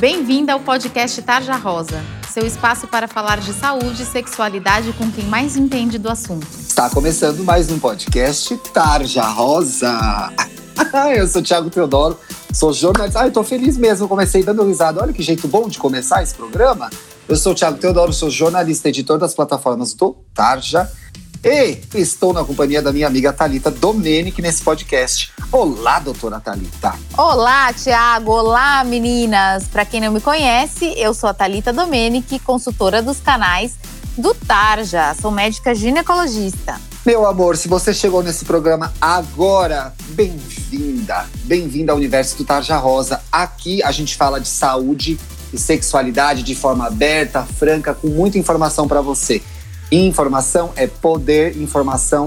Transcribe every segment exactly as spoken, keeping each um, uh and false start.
Bem-vinda ao podcast Tarja Rosa, seu espaço para falar de saúde e sexualidade com quem mais entende do assunto. Está começando mais um podcast Tarja Rosa. Eu sou o Thiago Teodoro, sou jornalista. Ah, eu tô feliz mesmo, comecei dando risada. Olha que jeito bom de começar esse programa. Eu sou o Thiago Teodoro, sou jornalista e editor das plataformas do Tarja. E estou na companhia da minha amiga Thalita Domenic nesse podcast. Olá, doutora Thalita. Olá, Thiago. Olá, meninas. Para quem não me conhece, eu sou a Thalita Domenic, consultora dos canais do Tarja. Sou médica ginecologista. Meu amor, se você chegou nesse programa agora, bem-vinda. Bem-vinda ao universo do Tarja Rosa. Aqui a gente fala de saúde e sexualidade de forma aberta, franca, com muita informação para você. Informação é poder, informação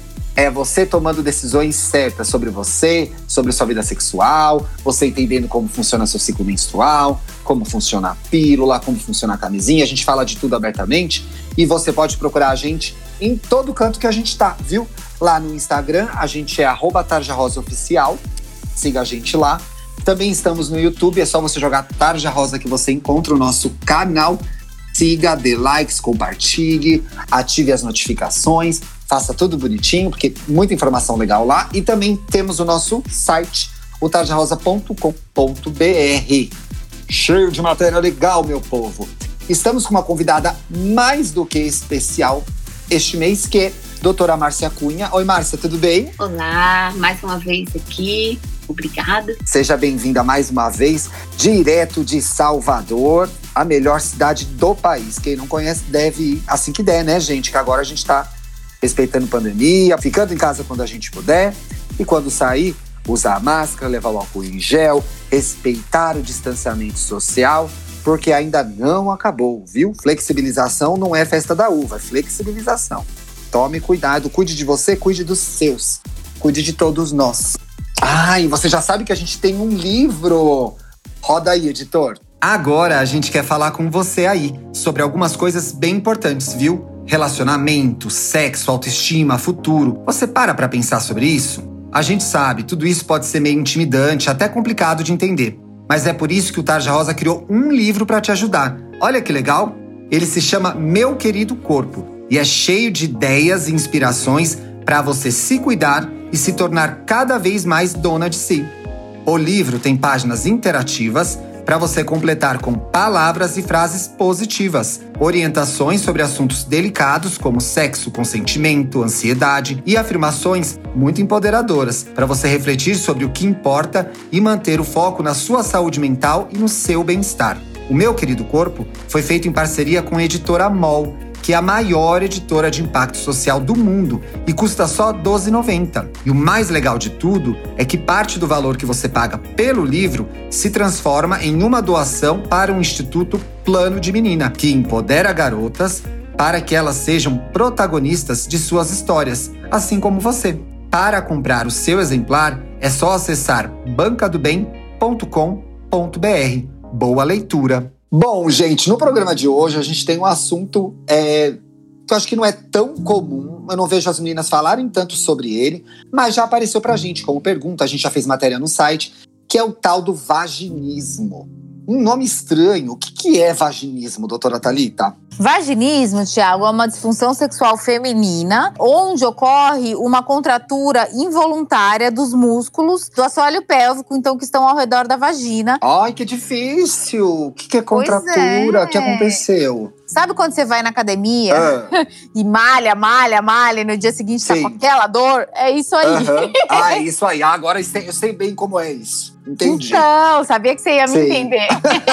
é você tomando decisões certas sobre você, sobre sua vida sexual, você entendendo como funciona seu ciclo menstrual, como funciona a pílula, como funciona a camisinha. A gente fala de tudo abertamente e você pode procurar a gente em todo canto que a gente tá, viu? Lá no Instagram, a gente é arroba Tarja Rosa Oficial, siga a gente lá. Também estamos no YouTube, é só você jogar Tarja Rosa que você encontra o nosso canal. Siga, dê likes, compartilhe, ative as notificações, faça tudo bonitinho, porque muita informação legal lá. E também temos o nosso site, o tarja rosa ponto com ponto b r. Cheio de matéria legal, meu povo. Estamos com uma convidada mais do que especial este mês, que é a doutora Márcia Cunha. Oi, Márcia, tudo bem? Olá, mais uma vez aqui. Obrigada. Seja bem-vinda mais uma vez, direto de Salvador, a melhor cidade do país. Quem não conhece deve ir assim que der, né, gente? Que agora a gente tá respeitando a pandemia, ficando em casa quando a gente puder. E quando sair, usar a máscara, levar o álcool em gel, respeitar o distanciamento social, porque ainda não acabou, viu? Flexibilização não é festa da uva, é flexibilização. Tome cuidado, cuide de você, cuide dos seus, cuide de todos nós. Ah, e você já sabe que a gente tem um livro. Roda aí, editor. Agora a gente quer falar com você aí sobre algumas coisas bem importantes, viu? Relacionamento, sexo, autoestima, futuro. Você para pra pensar sobre isso? A gente sabe, tudo isso pode ser meio intimidante, até complicado de entender. Mas é por isso que o Tarja Rosa criou um livro pra te ajudar. Olha que legal! Ele se chama Meu Querido Corpo e é cheio de ideias e inspirações para você se cuidar e se tornar cada vez mais dona de si. O livro tem páginas interativas para você completar com palavras e frases positivas, orientações sobre assuntos delicados como sexo, consentimento, ansiedade e afirmações muito empoderadoras para você refletir sobre o que importa e manter o foco na sua saúde mental e no seu bem-estar. O Meu Querido Corpo foi feito em parceria com a editora M O L, que é a maior editora de impacto social do mundo e custa só doze reais e noventa centavos. E o mais legal de tudo é que parte do valor que você paga pelo livro se transforma em uma doação para o Instituto Plano de Menina, que empodera garotas para que elas sejam protagonistas de suas histórias, assim como você. Para comprar o seu exemplar, é só acessar banca do bem ponto com ponto b r. Boa leitura! Bom, gente, no programa de hoje a gente tem um assunto é, que eu acho que não é tão comum. Eu não vejo as meninas falarem tanto sobre ele, mas já apareceu pra gente como pergunta, a gente já fez matéria no site, que é o tal do vaginismo. Um nome estranho. O que, que é vaginismo, doutora Thalita? Vaginismo, Thiago, é uma disfunção sexual feminina onde ocorre uma contratura involuntária dos músculos do assoalho pélvico, então, que estão ao redor da vagina. Ai, que difícil! O que, que é contratura? É. O que aconteceu? Sabe quando você vai na academia ah. e malha, malha, malha e no dia seguinte Sim. tá com aquela dor? É isso aí. Uhum. Ah, é isso aí. Agora eu sei, eu sei bem como é isso. Entendi. Então, sabia que você ia me Sim. entender.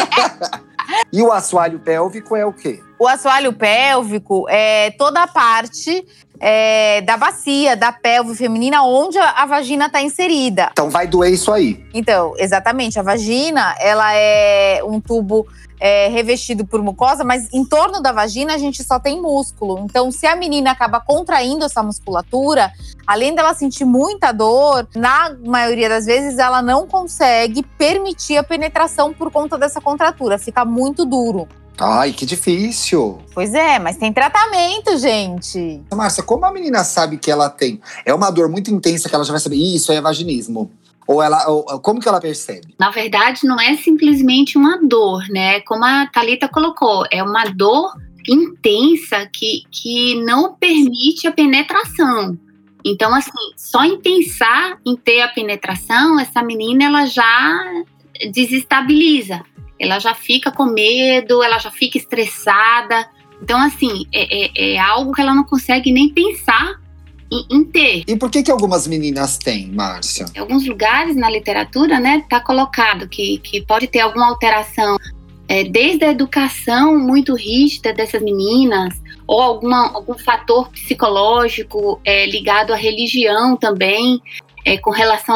E o assoalho pélvico é o quê? O assoalho pélvico é toda a parte é, da bacia, da pelve feminina, onde a, a vagina está inserida. Então vai doer isso aí. Então, exatamente. A vagina, ela é um tubo é, revestido por mucosa, mas em torno da vagina a gente só tem músculo. Então, se a menina acaba contraindo essa musculatura, além dela sentir muita dor, na maioria das vezes ela não consegue permitir a penetração por conta dessa contratura. Fica muito duro. Ai, que difícil. Pois é, mas tem tratamento, gente. Márcia, como a menina sabe que ela tem? É uma dor muito intensa que ela já vai saber, Ih, isso aí é vaginismo. Ou ela, ou, como que ela percebe? Na verdade, não é simplesmente uma dor, né? Como a Thalita colocou, é uma dor intensa que, que não permite a penetração. Então, assim, só em pensar em ter a penetração, essa menina, ela já desestabiliza. Ela já fica com medo, ela já fica estressada. Então, assim, é, é, é algo que ela não consegue nem pensar em, em ter. E por que que algumas meninas têm, Márcia? Em alguns lugares na literatura, né, tá colocado que, que pode ter alguma alteração, é, desde a educação muito rígida dessas meninas, ou alguma, algum fator psicológico é, ligado à religião também, É, com relação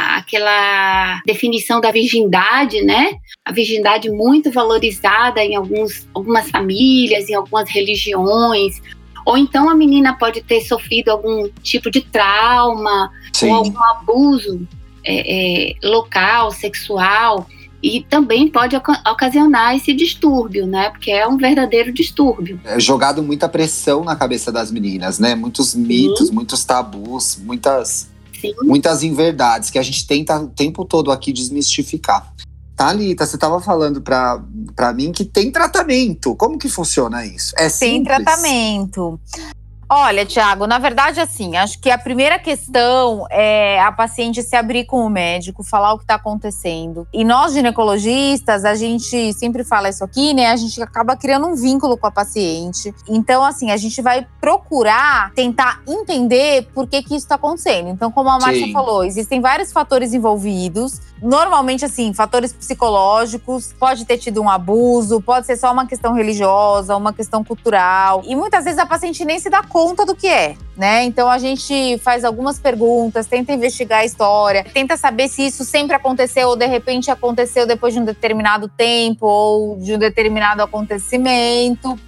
àquela definição da virgindade, né? A virgindade muito valorizada em alguns, algumas famílias, em algumas religiões. Ou então a menina pode ter sofrido algum tipo de trauma, Sim. ou algum abuso é, é, local, sexual, e também pode oca- ocasionar esse distúrbio, né? Porque é um verdadeiro distúrbio. É jogado muita pressão na cabeça das meninas, né? Muitos mitos, Sim. muitos tabus, muitas... Sim. Muitas inverdades que a gente tenta o tempo todo aqui desmistificar. Thalita, você estava falando para para mim que tem tratamento. Como que funciona isso? É simples? Tem tratamento. Olha, Thiago, na verdade, assim, acho que a primeira questão é a paciente se abrir com o médico, falar o que está acontecendo. E nós, ginecologistas, a gente sempre fala isso aqui, né? A gente acaba criando um vínculo com a paciente. Então, assim, a gente vai procurar tentar entender por que que isso está acontecendo. Então, como a Márcia Sim. falou, existem vários fatores envolvidos. Normalmente, assim, fatores psicológicos, pode ter tido um abuso, pode ser só uma questão religiosa, uma questão cultural. E muitas vezes a paciente nem se dá conta do que é, né? Então a gente faz algumas perguntas, tenta investigar a história, tenta saber se isso sempre aconteceu ou de repente aconteceu depois de um determinado tempo ou de um determinado acontecimento.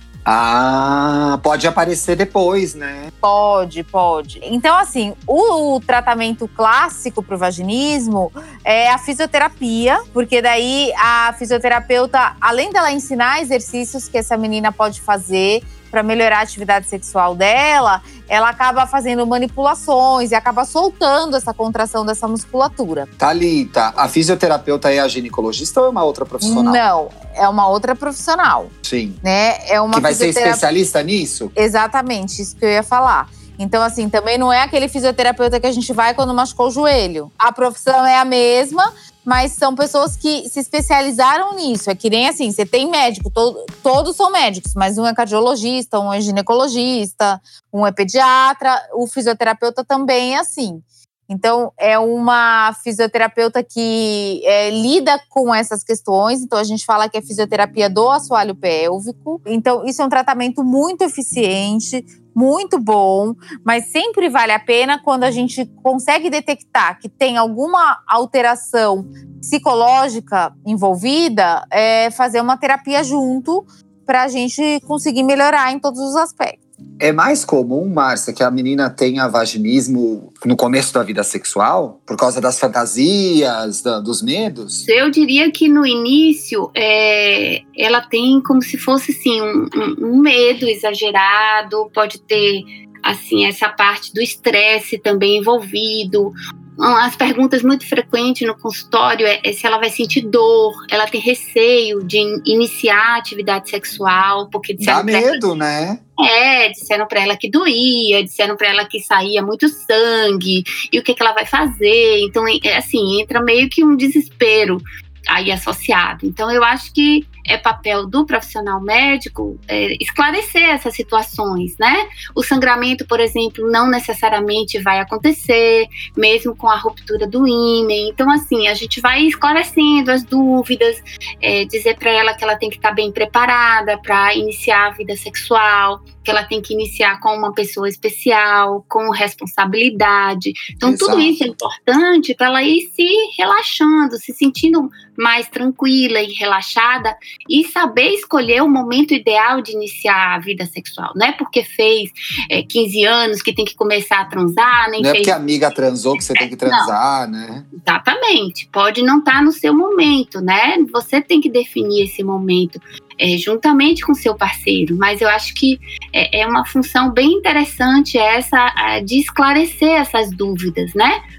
Ah, pode aparecer depois, né? Pode, pode. Então, assim, o tratamento clássico para o vaginismo é a fisioterapia, porque daí a fisioterapeuta, além dela ensinar exercícios que essa menina pode fazer para melhorar a atividade sexual dela, ela acaba fazendo manipulações e acaba soltando essa contração dessa musculatura. Thalita, a fisioterapeuta é a ginecologista ou é uma outra profissional? Não, é uma outra profissional. Sim. Né? É uma que vai fisiotera... ser especialista nisso? Exatamente, isso que eu ia falar. Então, assim, também não é aquele fisioterapeuta que a gente vai quando machucou o joelho. A profissão é a mesma, mas são pessoas que se especializaram nisso. É que nem assim, você tem médico, to- todos são médicos, mas um é cardiologista, um é ginecologista, um é pediatra, o fisioterapeuta também é assim. Então, é uma fisioterapeuta que é, lida com essas questões. Então, a gente fala que é fisioterapia do assoalho pélvico. Então, isso é um tratamento muito eficiente, muito bom, mas sempre vale a pena quando a gente consegue detectar que tem alguma alteração psicológica envolvida, é fazer uma terapia junto para a gente conseguir melhorar em todos os aspectos. É mais comum, Márcia, que a menina tenha vaginismo no começo da vida sexual? Por causa das fantasias, da, dos medos? Eu diria que no início, é, ela tem como se fosse assim, um, um, um medo exagerado, pode ter assim, essa parte do estresse também envolvido. As perguntas muito frequentes no consultório é, é se ela vai sentir dor, ela tem receio de in- iniciar a atividade sexual, porque dá medo, né? É, disseram pra ela que doía, disseram pra ela que saía muito sangue, e o que, que ela vai fazer. Então, é assim, entra meio que um desespero aí associado. Então, eu acho que é papel do profissional médico é, esclarecer essas situações, né? O sangramento, por exemplo, não necessariamente vai acontecer, mesmo com a ruptura do ímen. Então, assim, a gente vai esclarecendo as dúvidas, é, dizer para ela que ela tem que estar bem preparada para iniciar a vida sexual, que ela tem que iniciar com uma pessoa especial, com responsabilidade. Então, Exato. Tudo isso é importante para ela ir se relaxando, se sentindo mais tranquila e relaxada, e saber escolher o momento ideal de iniciar a vida sexual. Não é porque fez é, quinze anos que tem que começar a transar, nem não fez... é porque a amiga transou que você tem que transar, não. Né? Exatamente. Pode não estar no seu momento, né? Você tem que definir esse momento é, juntamente com seu parceiro. Mas eu acho que é, é uma função bem interessante essa de esclarecer essas dúvidas, né?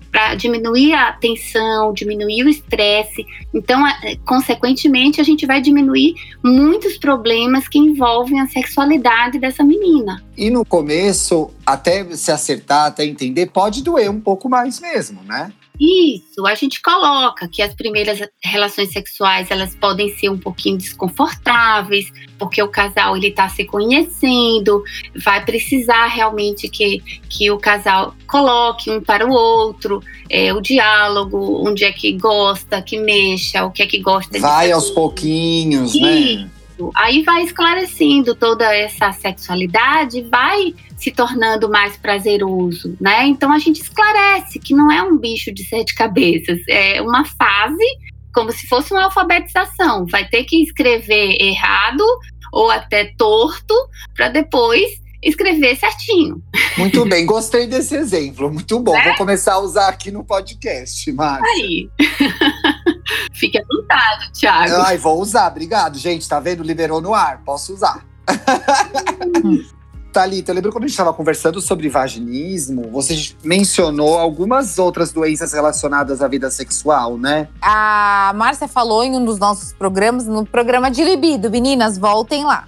para diminuir a tensão, diminuir o estresse. Então, a, consequentemente, a gente vai diminuir muitos problemas que envolvem a sexualidade dessa menina. E no começo, até se acertar, até entender, pode doer um pouco mais mesmo, né? Isso, a gente coloca que as primeiras relações sexuais, elas podem ser um pouquinho desconfortáveis, porque o casal ele está se conhecendo, vai precisar realmente que, que o casal coloque um para o outro, é, o diálogo, onde é que gosta, que mexa, o que é que gosta de vai fazer. Aos pouquinhos, Isso. Né? Aí vai esclarecendo toda essa sexualidade, vai se tornando mais prazeroso, né? Então a gente esclarece que não é um bicho de sete cabeças, é uma fase como se fosse uma alfabetização. Vai ter que escrever errado ou até torto para depois escrever certinho. Muito bem, gostei desse exemplo, muito bom. É? Vou começar a usar aqui no podcast, Márcia. Aí. Fique à vontade, Thiago. Ai, vou usar, obrigado, gente. Tá vendo? Liberou no ar, posso usar. Thalita, eu lembro quando a gente estava conversando sobre vaginismo, você mencionou algumas outras doenças relacionadas à vida sexual, né? A Márcia falou em um dos nossos programas, no programa de libido. Meninas, voltem lá.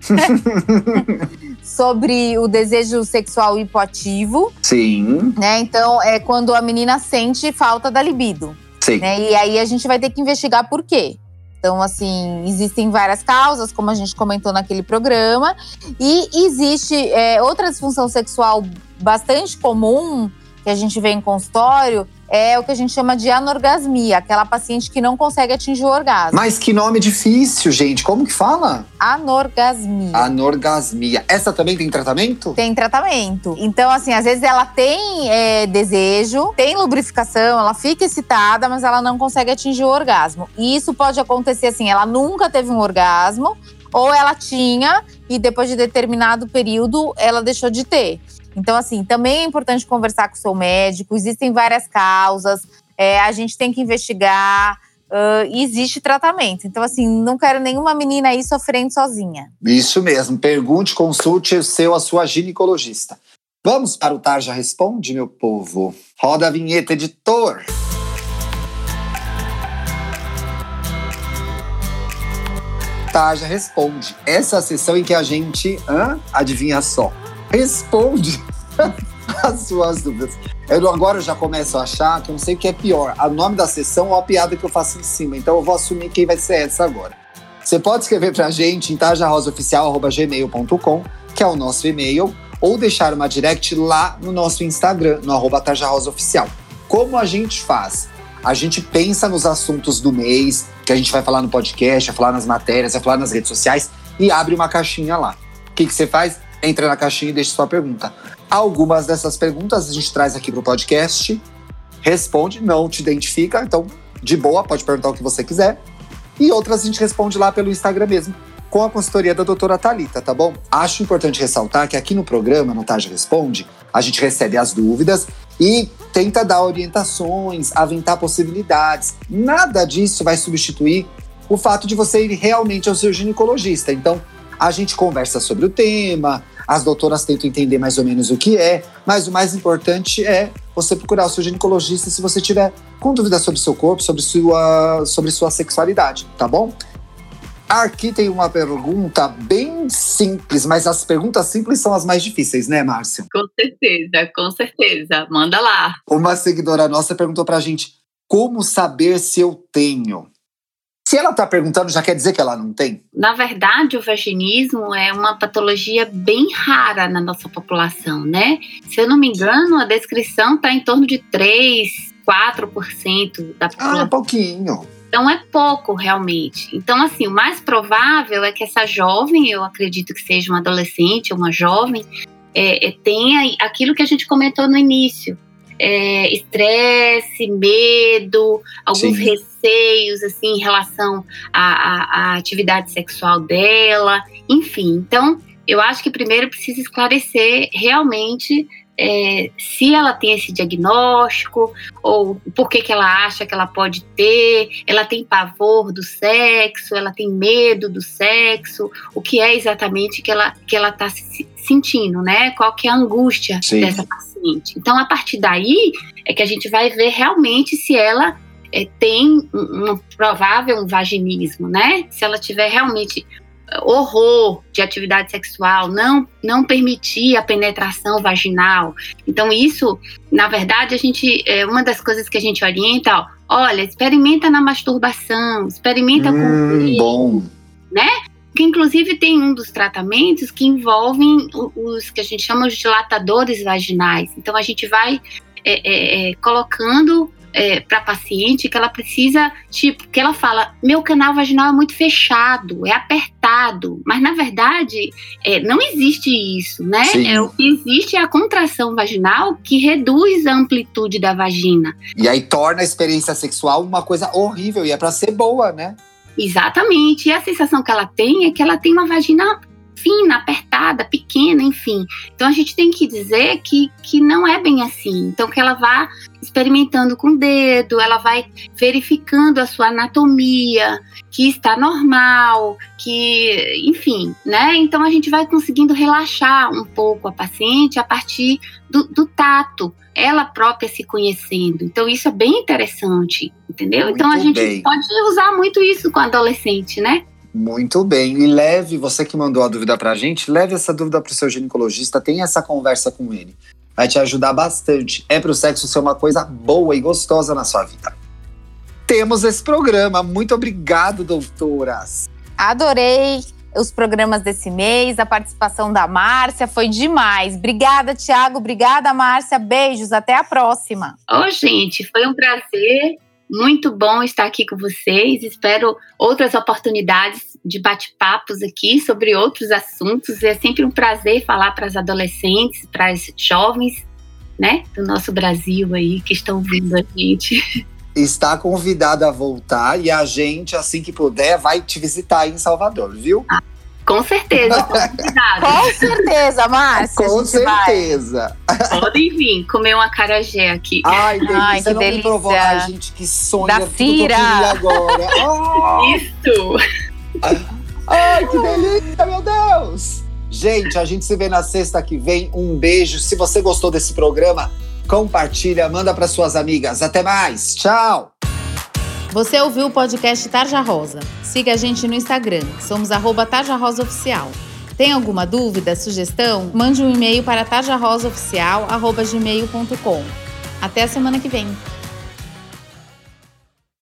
Sobre o desejo sexual hipoativo. Sim. Né? Então, é quando a menina sente falta da libido. Sim. Né? E aí a gente vai ter que investigar por quê. Então, assim, existem várias causas, como a gente comentou naquele programa. E existe é, outra disfunção sexual bastante comum, que a gente vê em consultório, é o que a gente chama de anorgasmia. Aquela paciente que não consegue atingir o orgasmo. Mas que nome difícil, gente. Como que fala? Anorgasmia. Anorgasmia. Essa também tem tratamento? Tem tratamento. Então, assim, às vezes ela tem é, desejo, tem lubrificação, ela fica excitada, mas ela não consegue atingir o orgasmo. E isso pode acontecer assim, ela nunca teve um orgasmo, ou ela tinha e depois de determinado período ela deixou de ter. Então, assim, também é importante conversar com o seu médico. Existem várias causas, é, a gente tem que investigar. Uh, e existe tratamento. Então, assim, não quero nenhuma menina aí sofrendo sozinha. Isso mesmo. Pergunte, consulte o seu, a sua ginecologista. Vamos para o Tarja Responde, meu povo. Roda a vinheta, editor. Tarja Responde. Essa é a sessão em que a gente, hã? Adivinha só, responde as suas dúvidas. Eu agora eu já começo a achar que eu não sei o que é pior, o nome da sessão ou a piada que eu faço em cima. Então eu vou assumir quem vai ser essa agora. Você pode escrever pra gente em tarja rosa oficial arroba gmail ponto com, que é o nosso e-mail, ou deixar uma direct lá no nosso Instagram, no arroba tarja rosa oficial. Como a gente faz? A gente pensa nos assuntos do mês, que a gente vai falar no podcast, vai falar nas matérias, vai falar nas redes sociais, e abre uma caixinha lá. O que, que você faz? Entra na caixinha e deixa sua pergunta. Algumas dessas perguntas a gente traz aqui pro podcast, responde, não te identifica, então de boa, pode perguntar o que você quiser. E outras a gente responde lá pelo Instagram mesmo, com a consultoria da doutora Thalita, tá bom? Acho importante ressaltar que aqui no programa, no Tarja Responde, a gente recebe as dúvidas e tenta dar orientações, aventar possibilidades. Nada disso vai substituir o fato de você ir realmente ao seu ginecologista. Então, a gente conversa sobre o tema, as doutoras tentam entender mais ou menos o que é, mas o mais importante é você procurar o seu ginecologista se você tiver com dúvidas sobre o seu corpo, sobre sua, sobre sua sexualidade, tá bom? Aqui tem uma pergunta bem simples, mas as perguntas simples são as mais difíceis, né, Márcia? Com certeza, com certeza. Manda lá. Uma seguidora nossa perguntou pra gente, como saber se eu tenho? Se ela tá perguntando, já quer dizer que ela não tem? Na verdade, o vaginismo é uma patologia bem rara na nossa população, né? Se eu não me engano, a descrição está em torno de três, quatro por cento da população. Ah, é pouquinho. Então é pouco, realmente. Então, assim, o mais provável é que essa jovem, eu acredito que seja uma adolescente ou uma jovem, é, é, tenha aquilo que a gente comentou no início. É, estresse, medo, alguns Sim. receios assim, em relação à, à, à atividade sexual dela, enfim. Então, eu acho que primeiro precisa esclarecer realmente é, se ela tem esse diagnóstico ou por que que ela acha que ela pode ter, ela tem pavor do sexo, ela tem medo do sexo, o que é exatamente que ela que ela está se sentindo, né? Qual que é a angústia Sim. dessa paciente. paciente. Então, a partir daí, é que a gente vai ver realmente se ela é, tem um, um provável um vaginismo, né? Se ela tiver realmente horror de atividade sexual, não, não permitir a penetração vaginal. Então, isso, na verdade, a gente, é uma das coisas que a gente orienta, ó, olha, experimenta na masturbação, experimenta hum, com bom, né? Que inclusive tem um dos tratamentos que envolvem os que a gente chama de dilatadores vaginais. Então, a gente vai é, é, colocando É, para a paciente que ela precisa, tipo, que ela fala, meu canal vaginal é muito fechado, é apertado, mas na verdade é, não existe isso, né? É, o que existe é a contração vaginal que reduz a amplitude da vagina. E aí torna a experiência sexual uma coisa horrível e é para ser boa, né? Exatamente, e a sensação que ela tem é que ela tem uma vagina fina, apertada, pequena, enfim. Então a gente tem que dizer que, que não é bem assim. Então que ela vá experimentando com o dedo, ela vai verificando a sua anatomia, que está normal, que, enfim, né? Então a gente vai conseguindo relaxar um pouco a paciente a partir do, do tato, ela própria se conhecendo. Então isso é bem interessante, entendeu? Muito então a gente bem. Pode usar muito isso com a adolescente, né? Muito bem, e leve, você que mandou a dúvida pra gente, leve essa dúvida pro seu ginecologista, tenha essa conversa com ele. Vai te ajudar bastante. É pro sexo ser uma coisa boa e gostosa na sua vida. Temos esse programa. Muito obrigado, doutoras. Adorei os programas desse mês, a participação da Márcia, foi demais. Obrigada, Thiago. Obrigada, Márcia. Beijos, até a próxima. Ô, gente, foi um prazer. Muito bom estar aqui com vocês. Espero outras oportunidades de bate-papos aqui sobre outros assuntos. É sempre um prazer falar para as adolescentes, para as jovens, né, do nosso Brasil aí, que estão ouvindo a gente. Está convidada a voltar e a gente, assim que puder, vai te visitar aí em Salvador, viu? Ah, com certeza, convidada. Com certeza, Márcia. Com certeza. Vai. Podem vir comer um acarajé aqui. Ai, delícia. Ai, que não delícia. me provou. Ai, gente, que sonho. Da tudo que eu Cira. queria agora. Oh! Isso. Ai, que delícia, meu Deus. Gente, a gente se vê na sexta que vem. Um beijo. Se você gostou desse programa, compartilha, manda para suas amigas. Até mais. Tchau. Você ouviu o podcast Tarja Rosa. Siga a gente no Instagram, somos arroba Tarja Rosa Oficial. Tem alguma dúvida, sugestão? Mande um e-mail para tarjarosaoficial arroba gmail ponto com. Até a semana que vem.